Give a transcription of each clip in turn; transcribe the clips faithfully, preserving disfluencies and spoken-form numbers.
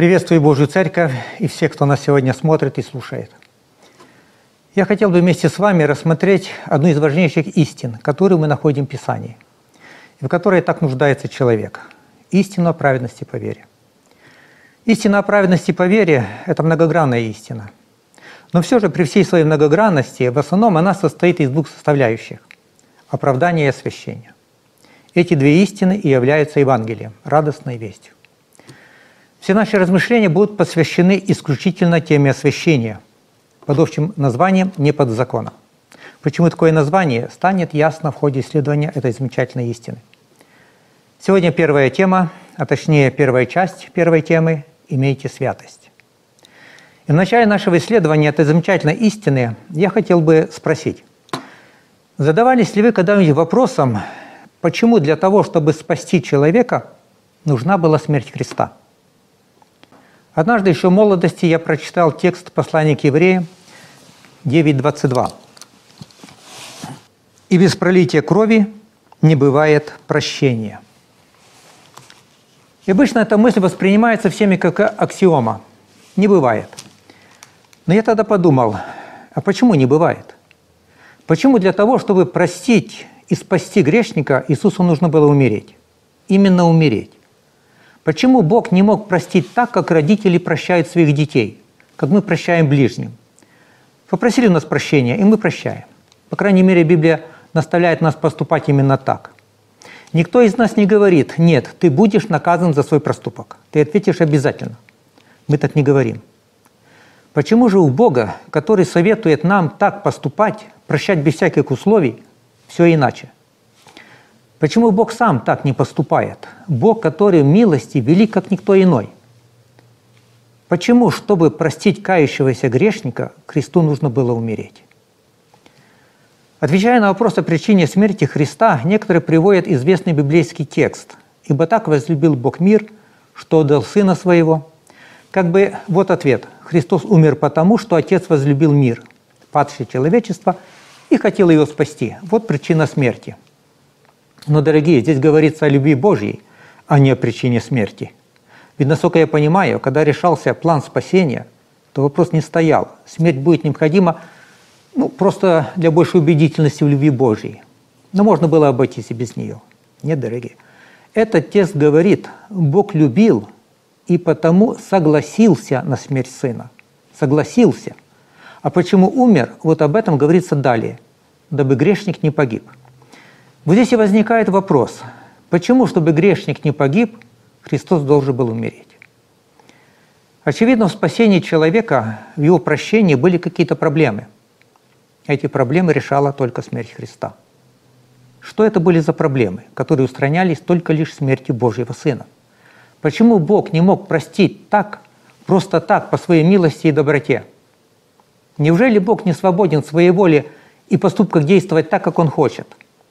Приветствую Божью Церковь и всех, кто нас сегодня смотрит и слушает. Я хотел бы вместе с вами рассмотреть одну из важнейших истин, которую мы находим в Писании, и в которой так нуждается человек – истину о праведности по вере. Истина о праведности по вере – это многогранная истина. Но все же при всей своей многогранности в основном она состоит из двух составляющих – оправдания и освящения. Эти две истины и являются Евангелием, радостной вестью. Все наши размышления будут посвящены исключительно теме освящения, под общим названием «Не под законом». Почему такое название, станет ясно в ходе исследования этой замечательной истины. Сегодня первая тема, а точнее первая часть первой темы «Имейте святость». И в начале нашего исследования этой замечательной истины я хотел бы спросить, задавались ли вы когда-нибудь вопросом, почему для того, чтобы спасти человека, нужна была смерть Христа? Однажды еще в молодости я прочитал текст послания к евреям девять двадцать два. «И без пролития крови не бывает прощения». И обычно эта мысль воспринимается всеми как аксиома. Не бывает. Но я тогда подумал, а почему не бывает? Почему для того, чтобы простить и спасти грешника, Иисусу нужно было умереть? Именно умереть. Почему Бог не мог простить так, как родители прощают своих детей, как мы прощаем ближним? Попросили у нас прощения, и мы прощаем. По крайней мере, Библия наставляет нас поступать именно так. Никто из нас не говорит, нет, ты будешь наказан за свой проступок. Ты ответишь обязательно. Мы так не говорим. Почему же у Бога, который советует нам так поступать, прощать без всяких условий, все иначе? Почему Бог сам так не поступает? Бог, который в милости велик, как никто иной. Почему, чтобы простить кающегося грешника, Христу нужно было умереть? Отвечая на вопрос о причине смерти Христа, некоторые приводят известный библейский текст. «Ибо так возлюбил Бог мир, что отдал Сына Своего». Как бы вот ответ. Христос умер потому, что Отец возлюбил мир, падшее человечество, и хотел его спасти. Вот причина смерти. Но, дорогие, здесь говорится о любви Божьей, а не о причине смерти. Ведь, насколько я понимаю, когда решался план спасения, то вопрос не стоял. Смерть будет необходима ну, просто для большей убедительности в любви Божьей. Но можно было обойтись и без нее. Нет, дорогие. Этот текст говорит, Бог любил и потому согласился на смерть Сына. Согласился. А почему умер, вот об этом говорится далее. Дабы грешник не погиб. Вот здесь и возникает вопрос, почему, чтобы грешник не погиб, Христос должен был умереть? Очевидно, в спасении человека, в его прощении были какие-то проблемы. Эти проблемы решала только смерть Христа. Что это были за проблемы, которые устранялись только лишь смертью Божьего Сына? Почему Бог не мог простить так, просто так, по своей милости и доброте? Неужели Бог не свободен в своей воле и поступках действовать так, как Он хочет?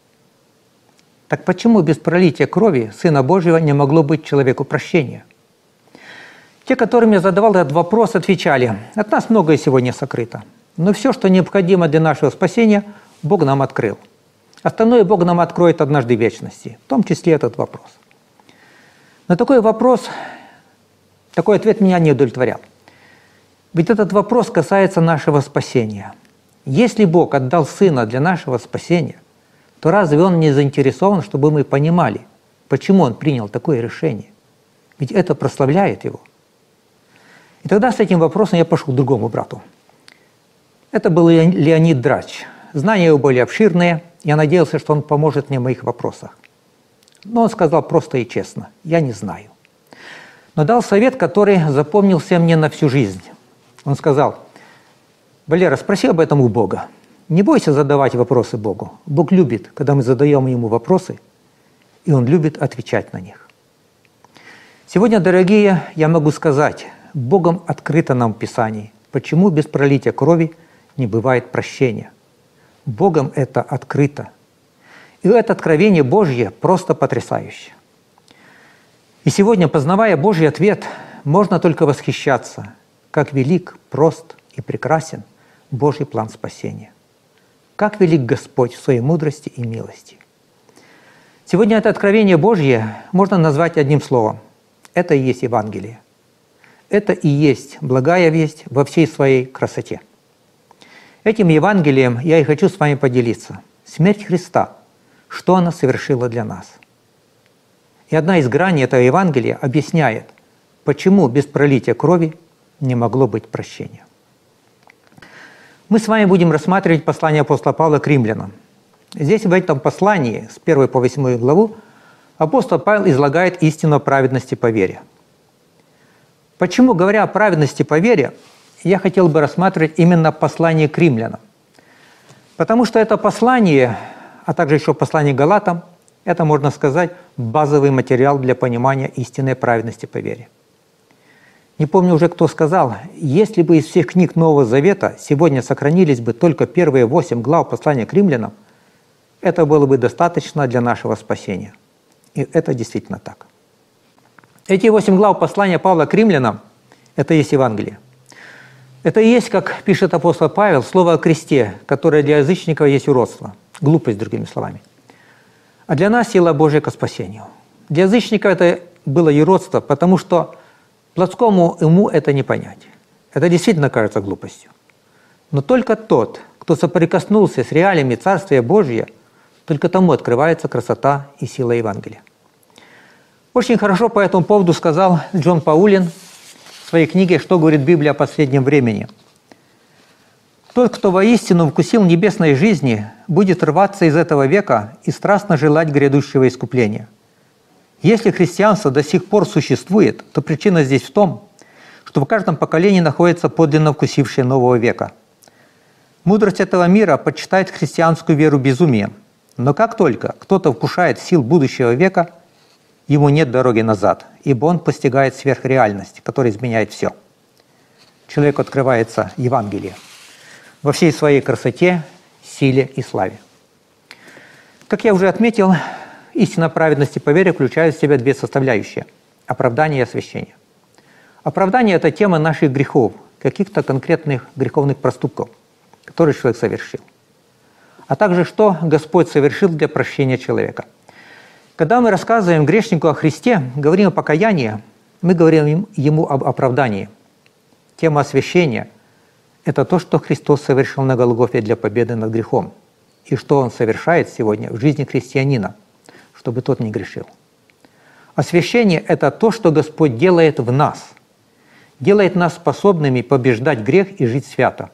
Так почему без пролития крови Сына Божьего не могло быть человеку прощения? Те, которым я задавал этот вопрос, отвечали, от нас многое сегодня сокрыто, но все, что необходимо для нашего спасения, Бог нам открыл. Остальное Бог нам откроет однажды в вечности, в том числе этот вопрос. Но такой вопрос, такой ответ меня не удовлетворял. Ведь этот вопрос касается нашего спасения. Если Бог отдал Сына для нашего спасения, то разве Он не заинтересован, чтобы мы понимали, почему Он принял такое решение? Ведь это прославляет Его. И тогда с этим вопросом я пошел к другому брату. Это был Леонид Драч. Знания его были обширные, я надеялся, что он поможет мне в моих вопросах. Но он сказал просто и честно, я не знаю. Но дал совет, который запомнился мне на всю жизнь. Он сказал, Валера, спроси об этом у Бога. Не бойся задавать вопросы Богу. Бог любит, когда мы задаем Ему вопросы, и Он любит отвечать на них. Сегодня, дорогие, я могу сказать, Богом открыто нам в Писании, почему без пролития крови не бывает прощения. Богом это открыто. И это откровение Божье просто потрясающе. И сегодня, познавая Божий ответ, можно только восхищаться, как велик, прост и прекрасен Божий план спасения. Как велик Господь в своей мудрости и милости. Сегодня это откровение Божье можно назвать одним словом. Это и есть Евангелие. это и есть благая весть во всей своей красоте. Этим Евангелием я и хочу с вами поделиться. Смерть Христа, что она совершила для нас. И одна из граней этого Евангелия объясняет, почему без пролития крови не могло быть прощения. Мы с вами будем рассматривать послание апостола Павла к римлянам. Здесь в этом послании, с первой по восьмую главу, апостол Павел излагает истину о праведности по вере. Почему, говоря о праведности по вере, я хотел бы рассматривать именно послание к римлянам? Потому что это послание, а также еще послание к Галатам, это, можно сказать, базовый материал для понимания истинной праведности по вере. Не помню уже, кто сказал, если бы из всех книг Нового Завета сегодня сохранились бы только первые восемь глав послания к римлянам, это было бы достаточно для нашего спасения. И это действительно так. Эти восемь глав послания Павла к римлянам – это есть Евангелие. Это и есть, как пишет апостол Павел, слово о кресте, которое для язычников есть уродство, глупость, другими словами. А для нас сила Божия ко спасению. Для язычников это было юродство, потому что плотскому уму это не понять. Это действительно кажется глупостью. Но только тот, кто соприкоснулся с реалиями Царствия Божия, только тому открывается красота и сила Евангелия. Очень хорошо по этому поводу сказал Джон Паулин в своей книге «Что говорит Библия о последнем времени». Тот, кто воистину вкусил небесной жизни, будет рваться из этого века и страстно желать грядущего искупления. Если христианство до сих пор существует, то причина здесь в том, что в каждом поколении находится подлинно вкусившие нового века. Мудрость этого мира почитает христианскую веру безумием, но как только кто-то вкушает сил будущего века, ему нет дороги назад, ибо он постигает сверхреальность, которая изменяет все. Человеку открывается Евангелие во всей своей красоте, силе и славе. Как я уже отметил, истина праведности по вере включает в себя две составляющие – оправдание и освящение. Оправдание – это тема наших грехов, каких-то конкретных греховных проступков, которые человек совершил. А также, что Господь совершил для прощения человека. Когда мы рассказываем грешнику о Христе, говорим о покаянии, мы говорим ему об оправдании. Тема освящения – это то, что Христос совершил на Голгофе для победы над грехом, и что Он совершает сегодня в жизни христианина, чтобы тот не грешил. Освящение – это то, что Господь делает в нас, делает нас способными побеждать грех и жить свято.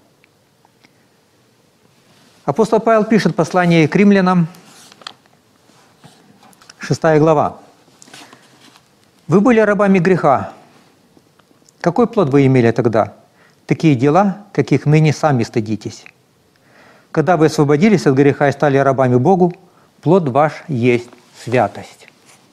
Апостол Павел пишет в послании к римлянам, шестая глава. «Вы были рабами греха. Какой плод вы имели тогда? Такие дела, каких ныне сами стыдитесь. Когда вы освободились от греха и стали рабами Богу, плод ваш есть святость».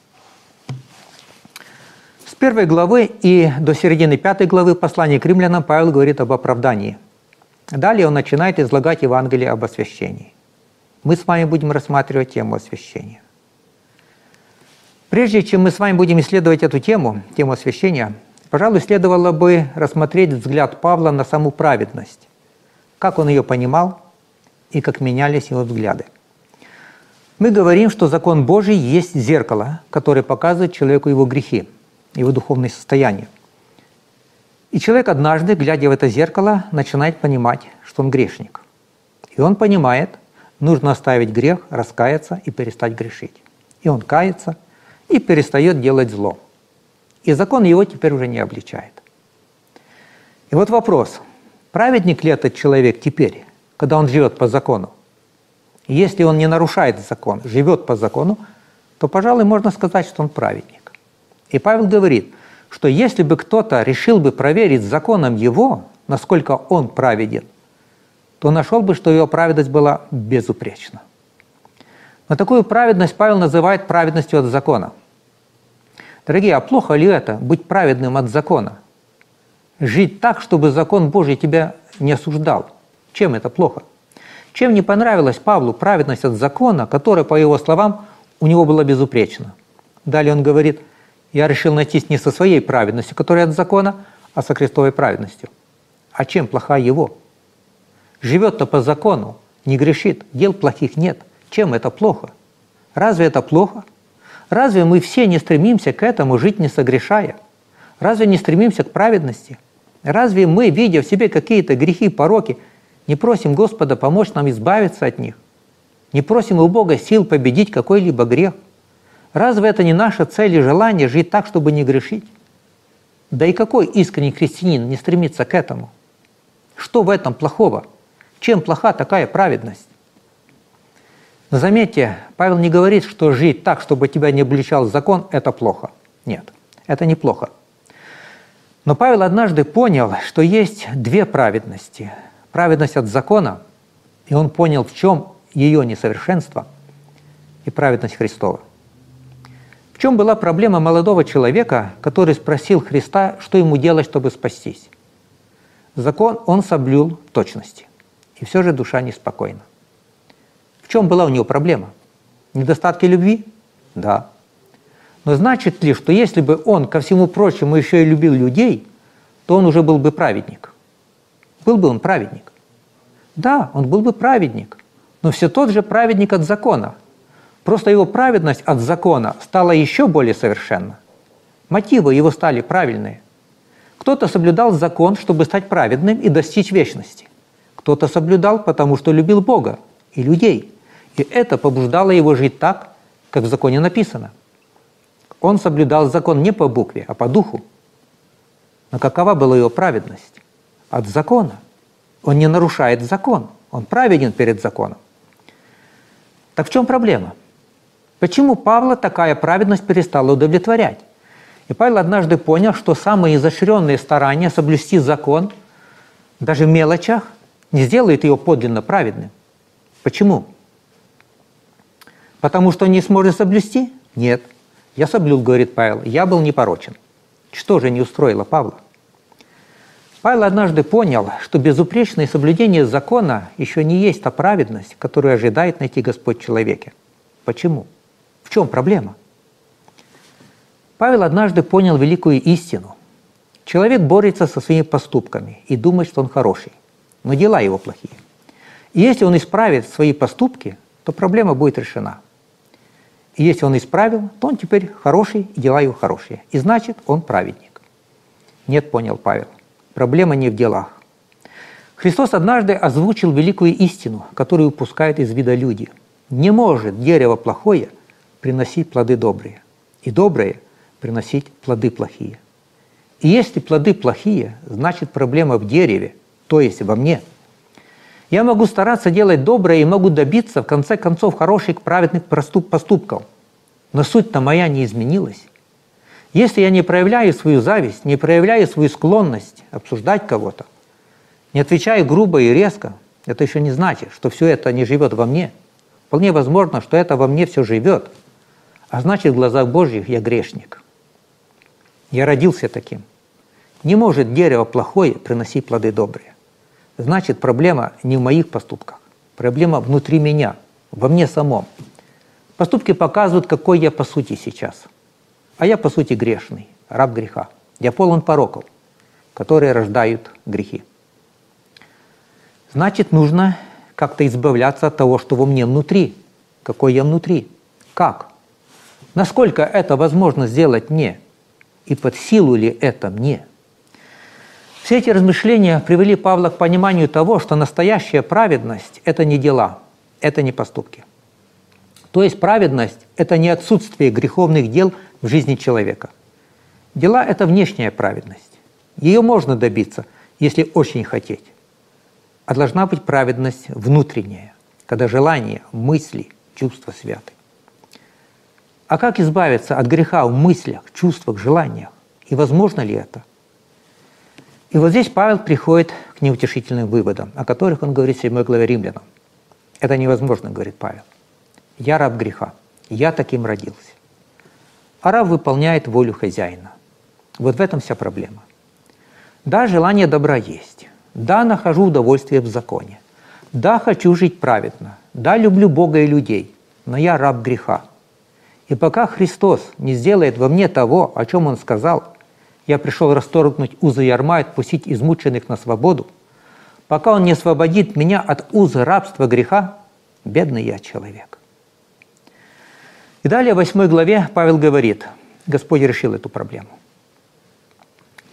С первой главы и до середины пятой главы послания к римлянам Павел говорит об оправдании. Далее он начинает излагать Евангелие об освящении. Мы с вами будем рассматривать тему освящения. Прежде чем мы с вами будем исследовать эту тему, тему освящения, пожалуй, следовало бы рассмотреть взгляд Павла на саму праведность, как он ее понимал и как менялись его взгляды. Мы говорим, что закон Божий есть зеркало, которое показывает человеку его грехи, его духовное состояние. И человек однажды, глядя в это зеркало, начинает понимать, что он грешник. И он понимает, нужно оставить грех, раскаяться и перестать грешить. И он кается и перестает делать зло. И закон его теперь уже не обличает. И вот вопрос, праведник ли этот человек теперь, когда он живет по закону? Если он не нарушает закон, живет по закону, то, пожалуй, можно сказать, что он праведник. И Павел говорит, что если бы кто-то решил бы проверить законом его, насколько он праведен, то нашел бы, что его праведность была безупречна. Но такую праведность Павел называет праведностью от закона. Дорогие, а плохо ли это, быть праведным от закона? Жить так, чтобы закон Божий тебя не осуждал. Чем это плохо? Чем не понравилась Павлу праведность от закона, которая, по его словам, у него была безупречна? Далее он говорит, я решил найтись не со своей праведностью, которая от закона, а со Христовой праведностью. А чем плоха его? Живет-то по закону, не грешит, дел плохих нет. Чем это плохо? Разве это плохо? Разве мы все не стремимся к этому, жить не согрешая? Разве не стремимся к праведности? Разве мы, видя в себе какие-то грехи, пороки, не просим Господа помочь нам избавиться от них? Не просим у Бога сил победить какой-либо грех? Разве это не наша цель и желание жить так, чтобы не грешить? Да и какой искренний христианин не стремится к этому? Что в этом плохого? Чем плоха такая праведность? Но заметьте, Павел не говорит, что жить так, чтобы тебя не обличал закон, это плохо. Нет, это не плохо. Но Павел однажды понял, что есть две праведности. Праведность от закона, и он понял, в чем ее несовершенство, и праведность Христова. В чем была проблема молодого человека, который спросил Христа, что ему делать, чтобы спастись? Закон он соблюл в точности, и все же душа неспокойна. В чем была у него проблема? Недостатки любви? Да. Но значит ли, что если бы он, ко всему прочему, еще и любил людей, то он уже был бы праведник? Был бы он праведник? Да, он был бы праведник, но все тот же праведник от закона. Просто его праведность от закона стала еще более совершенна. Мотивы его стали правильные. Кто-то соблюдал закон, чтобы стать праведным и достичь вечности. Кто-то соблюдал, потому что любил Бога и людей. И это побуждало его жить так, как в законе написано. Он соблюдал закон не по букве, а по духу. Но какова была его праведность? От закона. Он не нарушает закон. Он праведен перед законом. Так в чем проблема? Почему Павла такая праведность перестала удовлетворять? И Павел однажды понял, что самые изощренные старания соблюсти закон, даже в мелочах, не сделают его подлинно праведным. Почему? Потому что не сможет соблюсти? Нет. Я соблюл, говорит Павел, я был непорочен. Что же не устроило Павла? Павел однажды понял, что безупречное соблюдение закона еще не есть та праведность, которую ожидает найти Господь в человеке. Почему? В чем проблема? Павел однажды понял великую истину. Человек борется со своими поступками и думает, что он хороший, но дела его плохие. И если он исправит свои поступки, то проблема будет решена. И если он исправил, то он теперь хороший, и дела его хорошие. И значит, он праведник. Нет, понял Павел. Проблема не в делах. Христос однажды озвучил великую истину, которую упускают из вида люди. Не может дерево плохое приносить плоды добрые, и добрые приносить плоды плохие. И если плоды плохие, значит проблема в дереве, то есть во мне. Я могу стараться делать доброе и могу добиться, в конце концов, хороших, праведных поступков. Но суть-то моя не изменилась. Если я не проявляю свою зависть, не проявляю свою склонность обсуждать кого-то, не отвечаю грубо и резко, это еще не значит, что все это не живет во мне. Вполне возможно, что это во мне все живет. А значит, в глазах Божьих я грешник. Я родился таким. Не может дерево плохое приносить плоды добрые. Значит, проблема не в моих поступках. Проблема внутри меня, во мне самом. Поступки показывают, какой я по сути сейчас. А я по сути грешный, раб греха. Я полон пороков, которые рождают грехи. Значит, нужно как-то избавляться от того, что во мне внутри. Какой я внутри? Как? Насколько это возможно сделать мне? И под силу ли это мне? Все эти размышления привели Павла к пониманию того, что настоящая праведность – это не дела, это не поступки. То есть праведность – это не отсутствие греховных дел в жизни человека. Дела – это внешняя праведность. Ее можно добиться, если очень хотеть. А должна быть праведность внутренняя, когда желания, мысли, чувства святы. А как избавиться от греха в мыслях, чувствах, желаниях? И возможно ли это? И вот здесь Павел приходит к неутешительным выводам, о которых он говорит в седьмой главе Римлянам. Это невозможно, говорит Павел. Я раб греха, я таким родился. А раб выполняет волю хозяина. Вот в этом вся проблема. Да, желание добра есть. Да, нахожу удовольствие в законе. Да, хочу жить праведно. Да, люблю Бога и людей. Но я раб греха. И пока Христос не сделает во мне того, о чем Он сказал, я пришел расторгнуть узы ярма и отпустить измученных на свободу, пока Он не освободит меня от уз рабства греха, бедный я человек. И далее в восьмой главе Павел говорит, Господь решил эту проблему.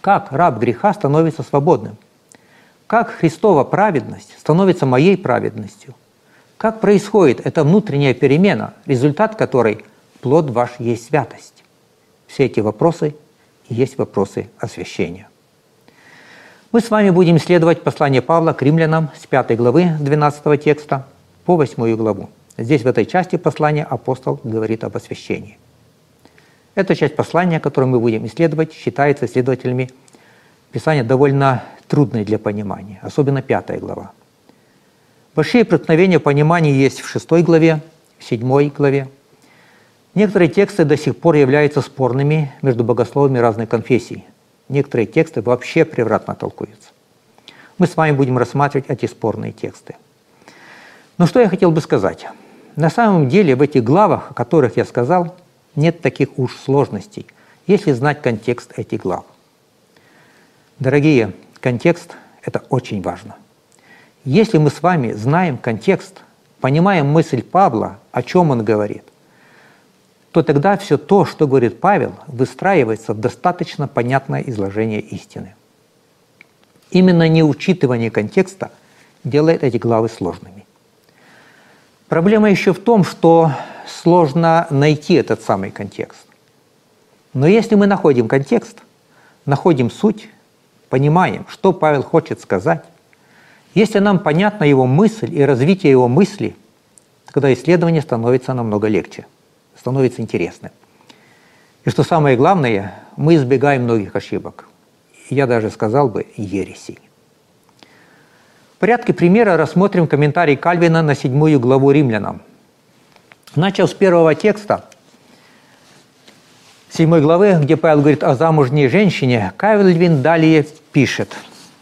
как раб греха становится свободным, как Христова праведность становится моей праведностью, как происходит эта внутренняя перемена, результат которой плод ваш есть святость. Все эти вопросы и есть вопросы освящения. Мы с вами будем исследовать послание Павла к римлянам с пятой главы двенадцатого текста по восьмую главу. Здесь в этой части послания апостол говорит об освящении. Эта часть послания, которую мы будем исследовать, считается исследователями Писания довольно трудной для понимания, особенно пятая глава. Большие преткновения понимания есть в шестой главе, в седьмой главе. Некоторые тексты до сих пор являются спорными между богословами разных конфессий. Некоторые тексты вообще превратно толкуются. Мы с вами будем рассматривать эти спорные тексты. Но что я хотел бы сказать? На самом деле в этих главах, о которых я сказал, нет таких уж сложностей, если знать контекст этих глав. Дорогие, контекст – это очень важно. Если мы с вами знаем контекст, понимаем мысль Павла, о чем он говорит, то тогда все то, что говорит Павел, выстраивается в достаточно понятное изложение истины. Именно неучитывание контекста делает эти главы сложными. Проблема еще в том, что сложно найти этот самый контекст. Но если мы находим контекст, находим суть, понимаем, что Павел хочет сказать, если нам понятна его мысль и развитие его мысли, тогда исследование становится намного легче, становится интересным. И что самое главное, мы избегаем многих ошибок. Я даже сказал бы ересей. В порядке примера рассмотрим комментарий Кальвина на седьмую главу римлянам. Начал с первого текста седьмой главы, где Павел говорит о замужней женщине, Кальвин далее пишет.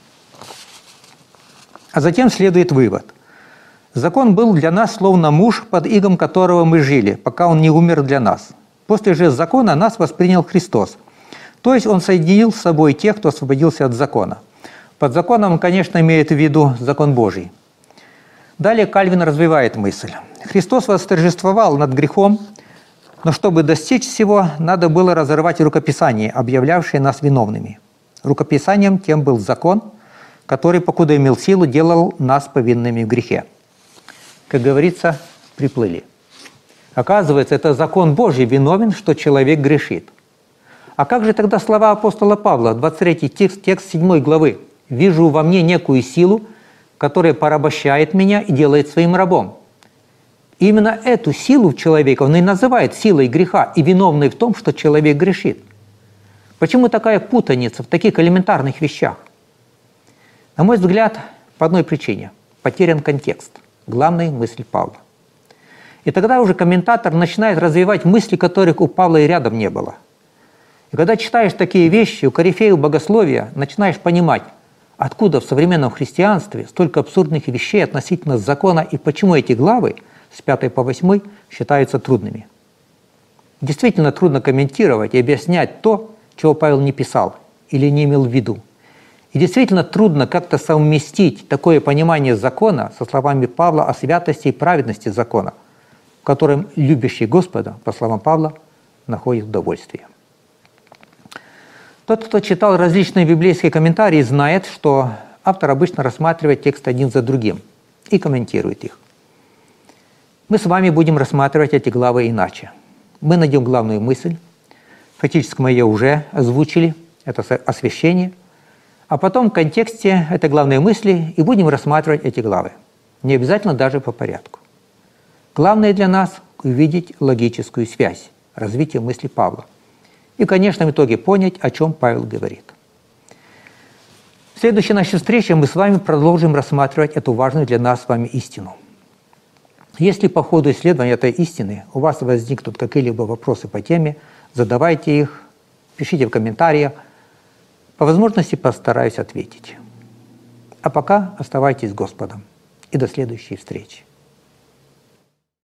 А затем следует вывод. Закон был для нас словно муж, под игом которого мы жили, пока он не умер для нас. После же закона нас воспринял Христос. То есть он соединил с собой тех, кто освободился от закона. Под законом он, конечно, имеет в виду закон Божий. Далее Кальвин развивает мысль. Христос восторжествовал над грехом, но чтобы достичь всего, надо было разорвать рукописание, объявлявшее нас виновными. Рукописанием тем был закон, который, покуда имел силу, делал нас повинными в грехе. Как говорится, приплыли. Оказывается, это закон Божий виновен, что человек грешит. А как же тогда слова апостола Павла, двадцать третий текст, текст седьмой главы? «Вижу во мне некую силу, которая порабощает меня и делает своим рабом». Именно эту силу в человеке он и называет силой греха и виновной в том, что человек грешит. Почему такая путаница в таких элементарных вещах? На мой взгляд, по одной причине – потерян контекст, главная мысль Павла. И тогда уже комментатор начинает развивать мысли, которых у Павла и рядом не было. И когда читаешь такие вещи, у корифеев богословия начинаешь понимать, откуда в современном христианстве столько абсурдных вещей относительно закона и почему эти главы с пятой по восьмой считаются трудными. Действительно трудно комментировать и объяснять то, чего Павел не писал или не имел в виду. И действительно трудно как-то совместить такое понимание закона со словами Павла о святости и праведности закона, в котором любящий Господа, по словам Павла, находит удовольствие. Тот, кто читал различные библейские комментарии, знает, что автор обычно рассматривает текст один за другим и комментирует их. Мы с вами будем рассматривать эти главы иначе. Мы найдем главную мысль, фактически мы ее уже озвучили, это освящение, а потом в контексте этой главной мысли и будем рассматривать эти главы. Не обязательно даже по порядку. Главное для нас – увидеть логическую связь, развитие мысли Павла. И, конечно, в итоге понять, о чем Павел говорит. В следующей нашей встрече мы с вами продолжим рассматривать эту важную для нас с вами истину. Если по ходу исследования этой истины у вас возникнут какие-либо вопросы по теме, задавайте их, пишите в комментариях. По возможности постараюсь ответить. А пока оставайтесь с Господом. И до следующей встречи.